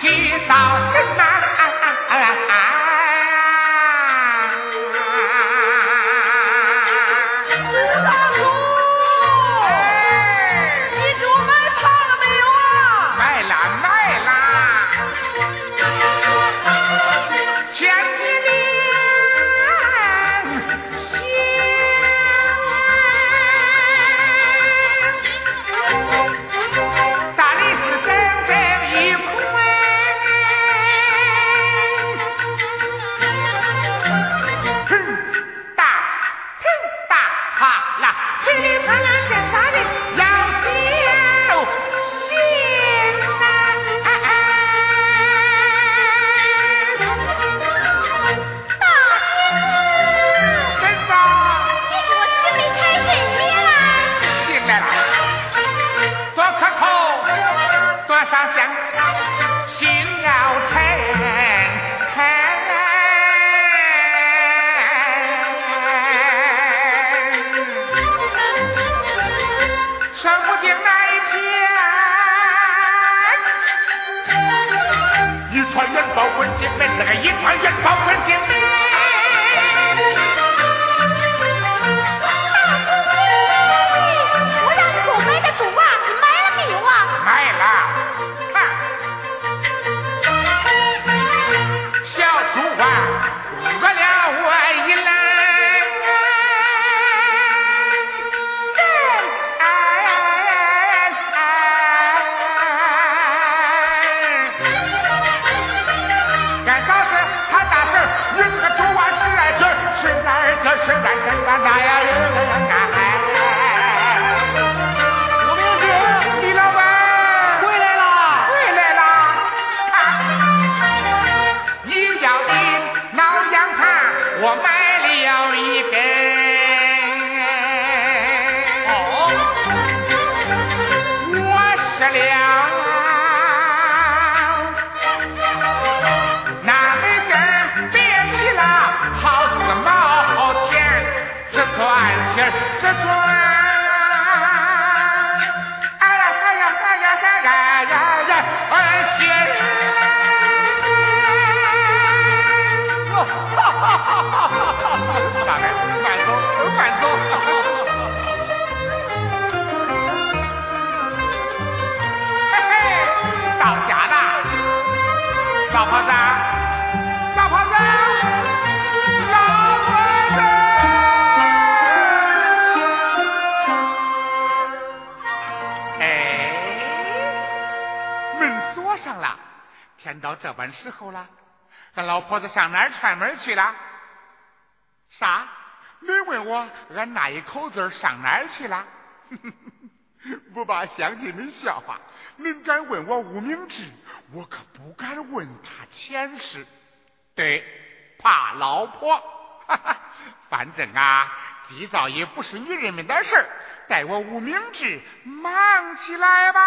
去造神呐！ 时候了，俺老婆子上哪儿串门去了？啥？你问我俺那一口子上哪儿去了？不怕乡亲们笑话，您敢问我无名指，我可不敢问他前世。对，怕老婆。反正啊，祭灶也不是女人们的事儿，待我无名指忙起来吧。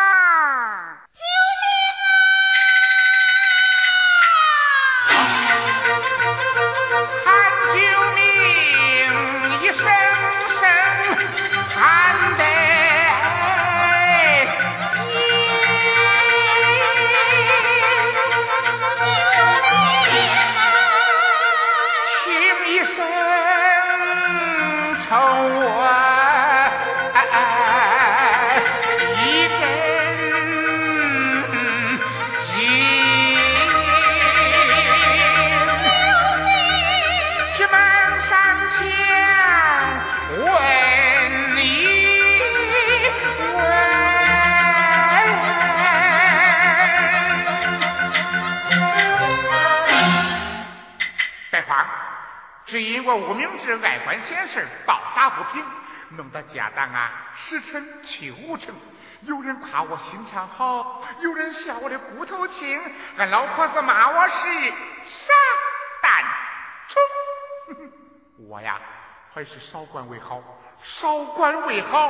喊救命一声声喊得轻一声冲我一根筋只因我无名指爱管闲事，报答不平，弄得家当啊时辰去无成。有人夸我心肠好，有人笑我的骨头轻，俺老婆子骂我是傻蛋虫。我呀还是少管为好，少管为好。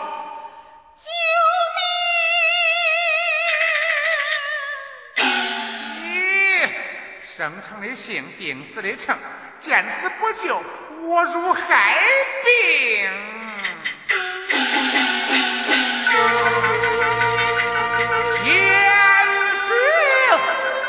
生成的性，病死的成，见死不救，我如害病。见死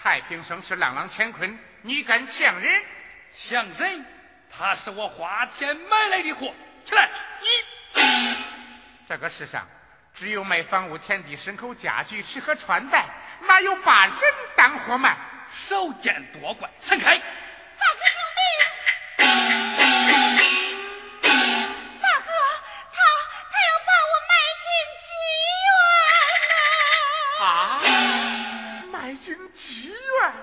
太平盛世，朗朗乾坤，你敢抢人？ 抢人？他是我花钱买来的货。起来！ 这个世上只有卖房屋、田地、牲口、家具、吃喝穿戴，哪有把人当货卖？ 少见多怪，散开！ 大哥救命！大哥，他要把我卖进妓院了。 啊！卖进妓院？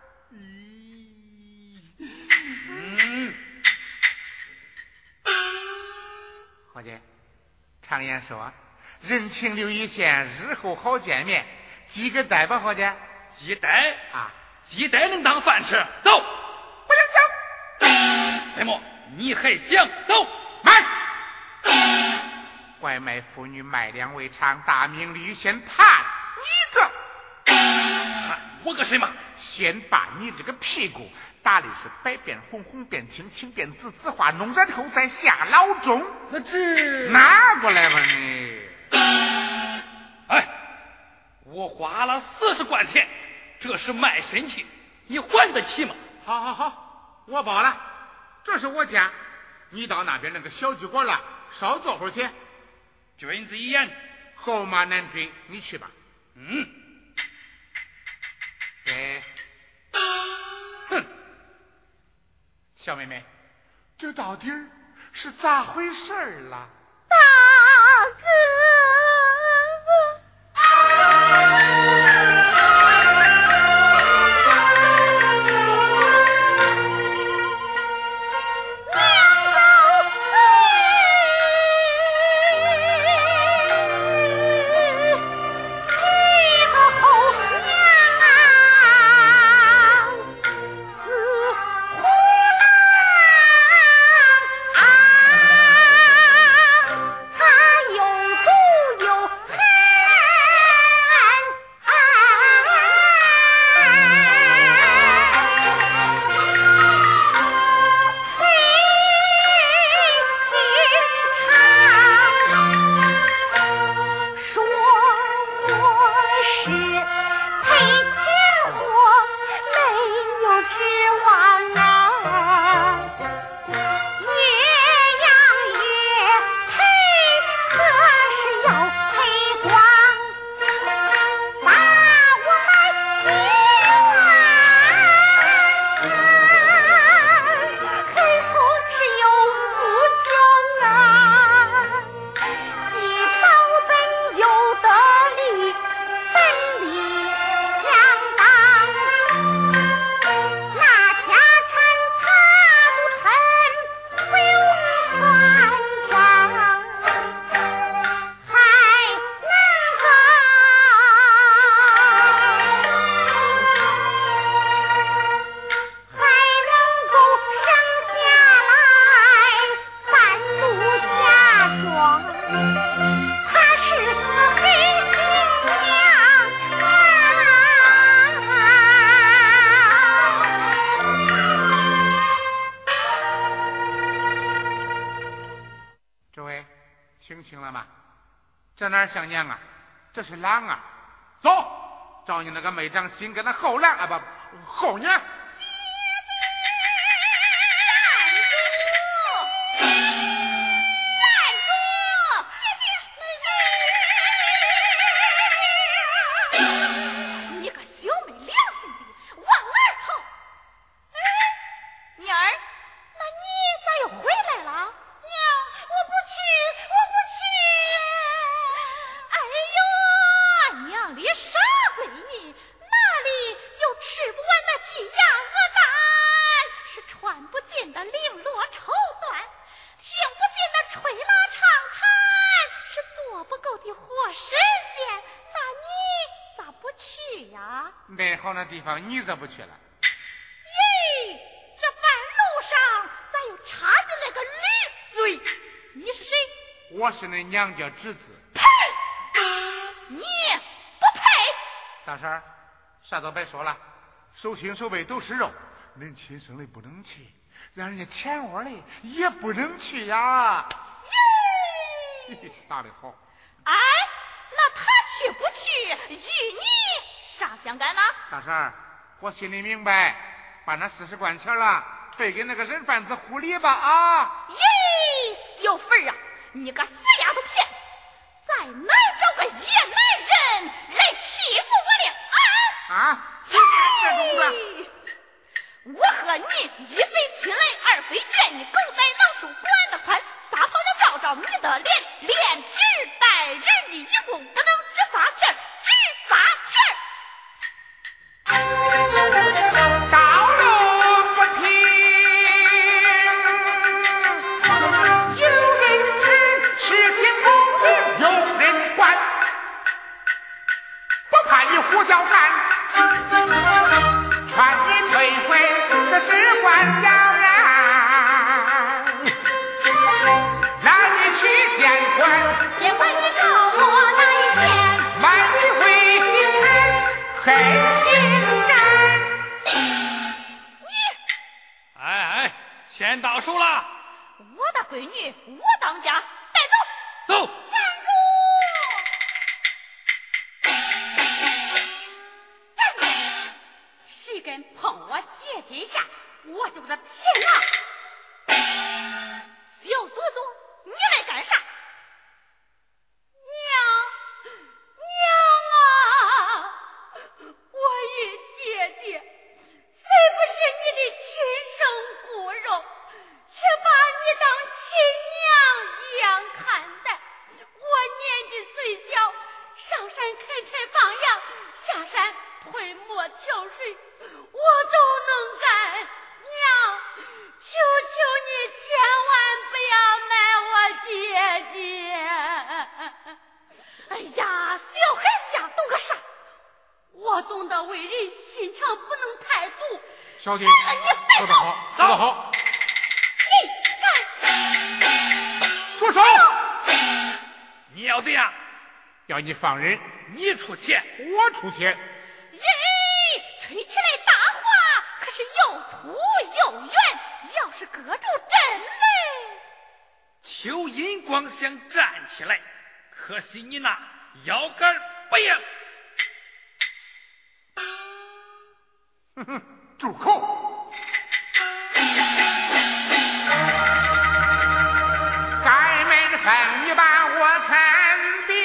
伙计，常言说，人情留一线，日后好见面。系个带吧，伙计。 系带啊， 系带能当饭吃？走！ 不能走！白沫，你还想走？ 慢！外卖妇女卖粮为娼，大明律先判你个！ 判我个什么？ 先把你这个屁股打的是白变红，红变青，青变紫，紫化脓，然后再下老中。 那这拿过来吧你！ 哎，我花了40贯钱，这是卖身契，你还得起吗？ 好好好，我包了。这是我家，你到那边那个小酒馆了，少坐会儿去。 君子一言， 后马难追，你去吧。对。 哼， 小妹妹，这到底是咋回事儿了？ 大哥。 这哪像娘啊，这是狼啊！走，找你那个妹长心跟那后狼啊，不后娘。那地方你咋不去了？ 咦，这半路上咋又插进来个驴嘴？你是谁？ 我是那娘家侄子。 呸！你不配！ 大婶儿，啥都别说了，手心手背都是肉，恁亲生的不能去，让人家舔窝的也不能去呀。 耶！ 打得好。 哎，那他去不去，与你啥相干呢？ 大婶儿， 我心里明白，把那40贯钱了退给那个人贩子护理吧啊！ 咦，有份啊！你个死丫头片，在哪儿找个野男人来欺负我了啊？ 我和你一飞亲来，二飞见你，狗仔狼鼠管得宽，撒泡尿照照你的脸，脸皮带人的一共不能只撒钱，只撒钱。 道路不平，有人指，事情公平有人管，不怕你胡搅汉，传你退回这10贯小人，让你去见官， 见官你找我那一天， 满你回城黑心人。 哎，钱到手了。 我的闺女，我当家，带走。 走。 谁敢碰我姐姐一下，我就给他擒了。小祖宗，你来干啥？娘啊！我与姐姐虽不是你的亲生骨肉，却把你当亲娘一样看待。我年纪虽小，上山砍柴放羊，下山推磨挑水，我都能干。娘，求求你千万不要卖我姐姐。哎呀，小孩子呀，懂个啥？我懂得为人心肠不能太毒。 小姐， 你说得好，说得好。住手！ 你要怎样？ 要你放人， 你出钱， 我出钱。 吹起来大话，可是又粗又圆，要是搁住针嘞。 邱银光想站起来，可惜你那腰杆不硬。 哼哼，住口！该门风你把我看扁，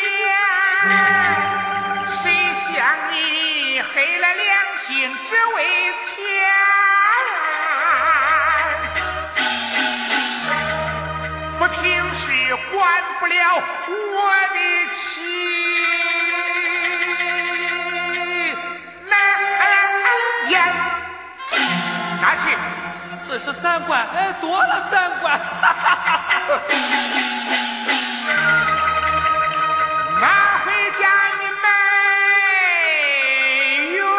谁像你黑了良心只为钱？不平事管不了我的妻。拿去 43贯，多了3贯。 拿回家你没有，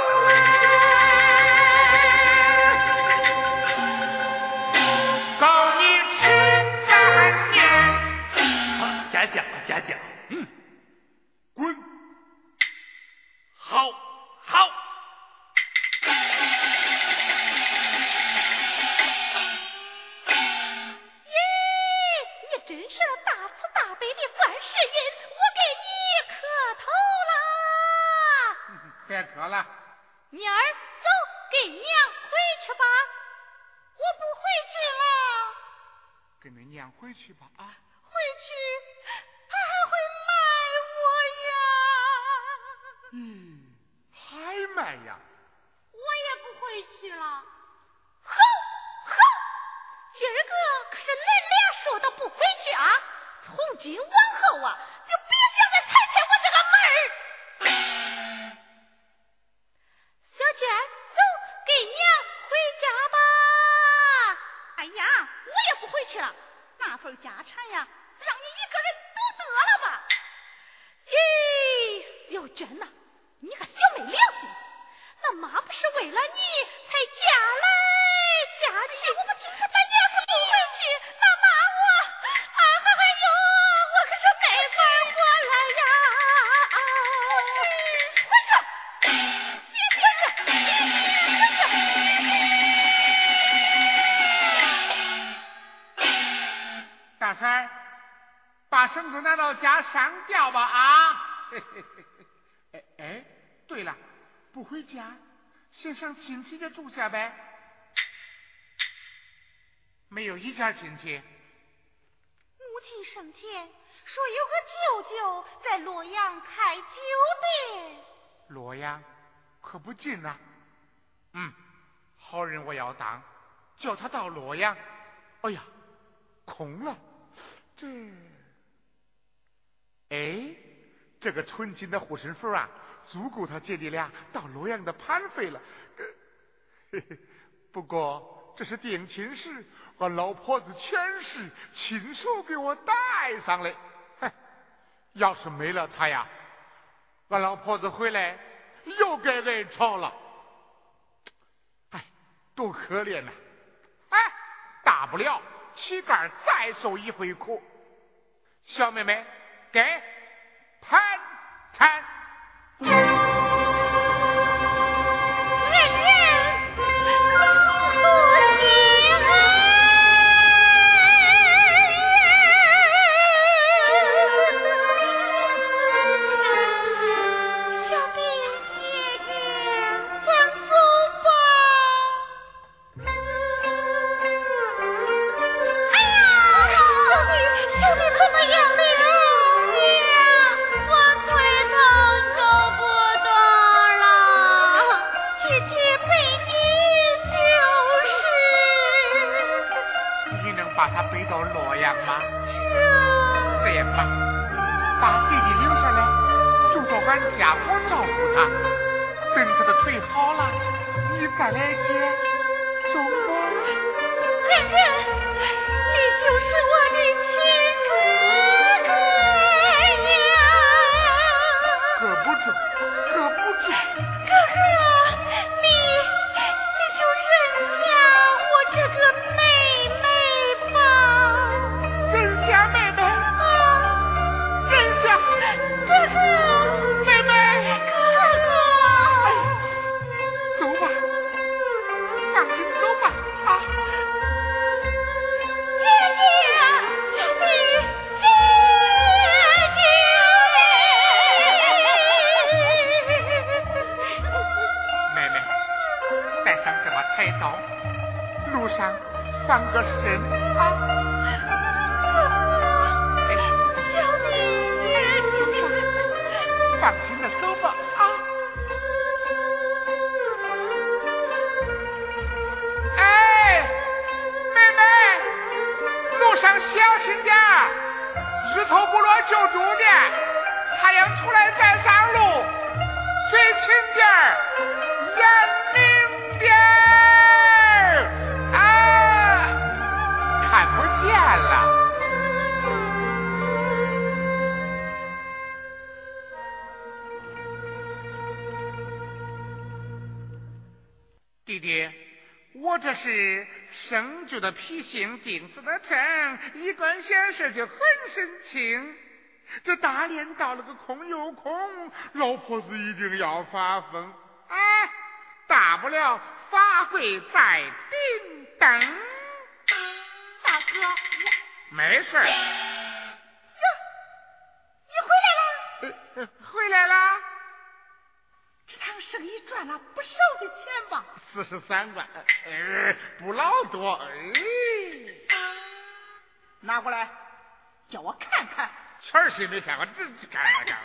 够你吃3年。 嘉奖， 滚！ 好。 真是大慈大悲的观世音，我给你磕头啦！ 别磕了， 娘儿，走，给娘回去吧，我不回去了。 跟着娘回去吧啊！ 回去，他还会卖我呀！ 还卖呀？ 我也不回去了。好，今儿个可是恁俩说的不回去啊！从今往后啊，就别想再踩我这个门儿。小娟，走，给娘回家吧。哎呀，我也不回去了，那份家产呀，让你一个人都得了吧。咦，小娟呐，你个小没良心，那妈不是为了你才嫁来嫁去，我不听不见，你要是不回去，那骂我，哎呦，我可是没法过来呀！ 大婶儿，把绳子拿到家上吊吧啊！哎，对了，不回家， 先上亲戚家住下呗。没有一家亲戚。 母亲生前说有个舅舅在洛阳开酒店。 洛阳可不近啊。好人我要当，叫他到洛阳。哎呀，空了。这个纯金的护身符啊，足够他姐弟俩到洛阳的盘费了。不过这是定亲时我老婆子前世亲手给我戴上的。要是没了他呀，俺老婆子回来又该挨吵了。多可怜呐！大不了乞丐再受一回苦。小妹妹，给盘缠。弟弟，我这是生就的脾性，顶子的秤，一管闲事就很神清。这大连到了个空又空，老婆子一定要发疯。大不了法会再顶灯。 大哥， 没事。 你回来了？ 回来了。 这趟生意赚了不少的钱吧 ？43万，不老多。 拿过来，叫我看看。 全谁没看过？这看看。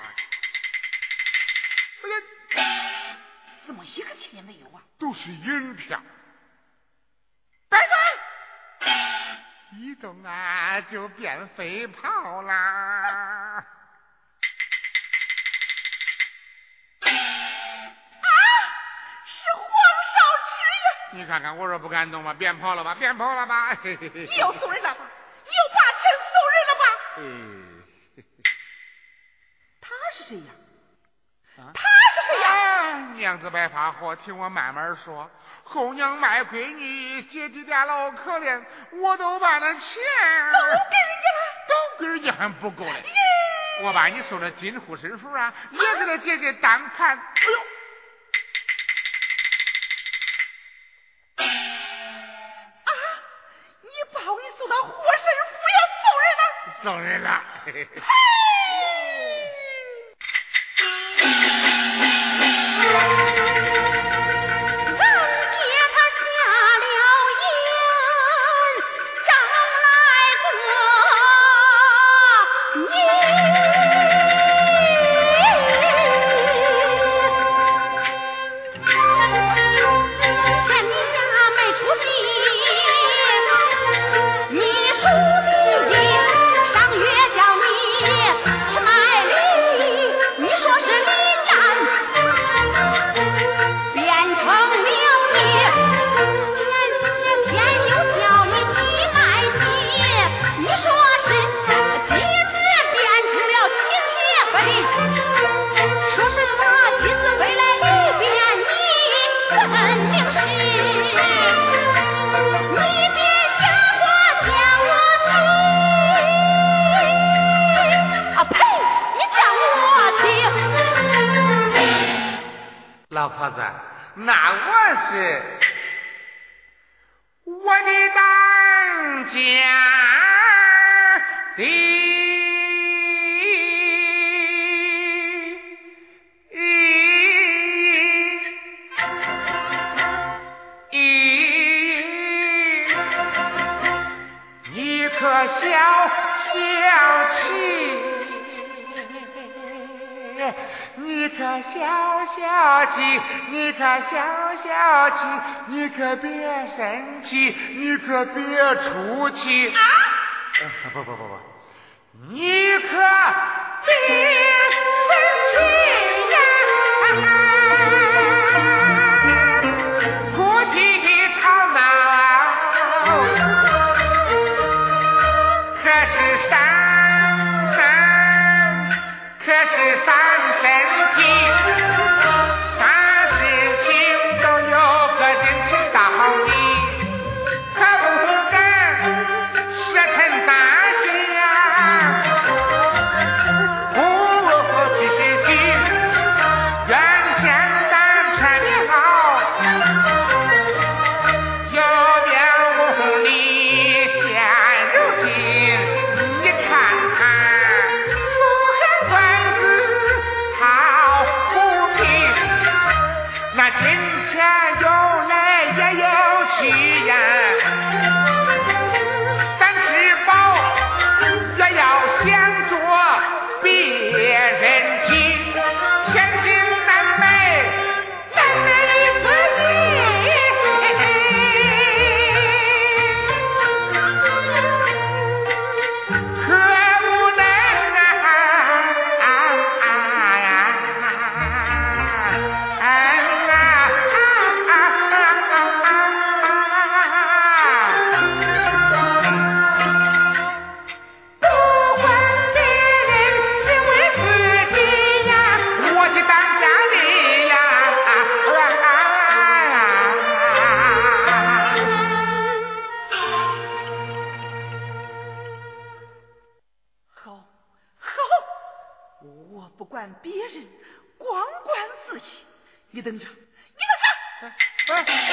怎么一个钱也没有啊？ 都是银票。 白转！ 一动啊就变飞炮啦！你看看，我说不敢动吧，变跑了吧，变跑了吧！ 你又送人了吧？又把钱送人了吧？他是谁呀？他是谁呀？ 娘子别发火，听我慢慢说。后娘卖闺女，姐弟俩老可怜，我都把那钱都给人家还不够嘞。我把你送的金护身符啊，也给他姐姐当盘。哎呦！送人了。 婆子，那我是我的当家的。你可消消气，你可消消气，你可别生气，你可别出气啊！不，你可别生气呀！哭泣吵闹，可是伤身体，啥事情都有个人去道理，可不敢舌沉大象，不知是句原先当成好，有点无理，现如今你看看。那今天有来也有去呀，咱吃饱也要想着别人急，千金难买一个亿，可不能不管别人，光管自己。你等着，你等着！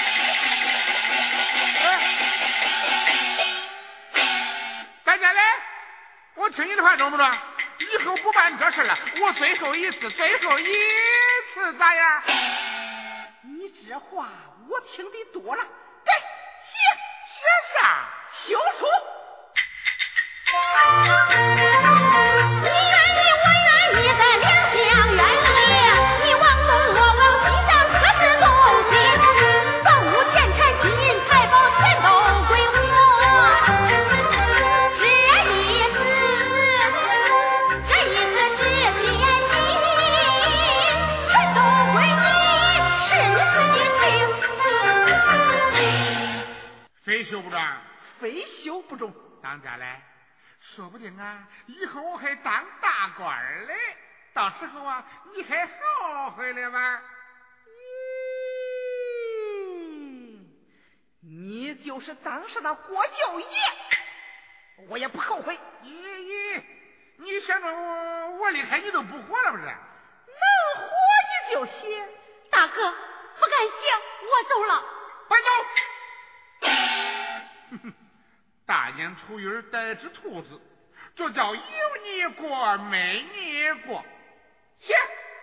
大家嘞，我听你的话中不中？以后不办这事了，我最后一次咋样？ 你这话我听的多了，给写啥？ 休书。非修不中， 当家嘞，说不定啊，以后我还当大官嘞，到时候啊，你还后悔了吗？ 你就是当时那国舅爷，我也不后悔。 你想着我离开你都不活了不是？ 能活你就行。 大哥，不敢想，我走了。 快走！大年初一逮只兔子，这叫有你过没你过。行。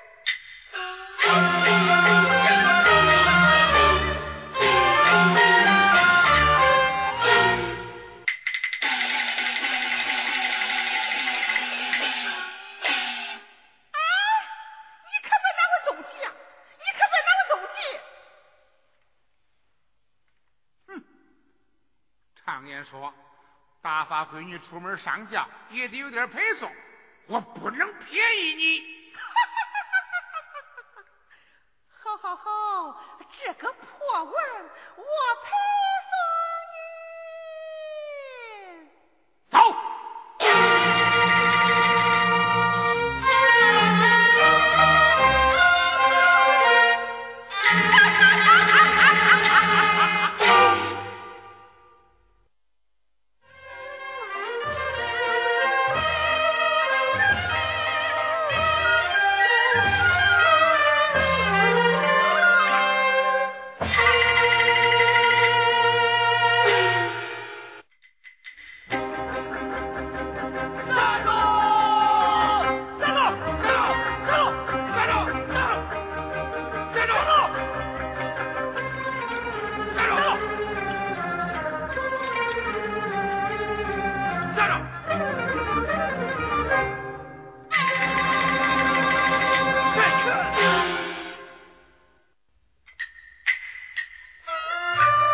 常言说，大发闺女出门上轿也得有点陪送，我不能便宜你。 好，这个破玩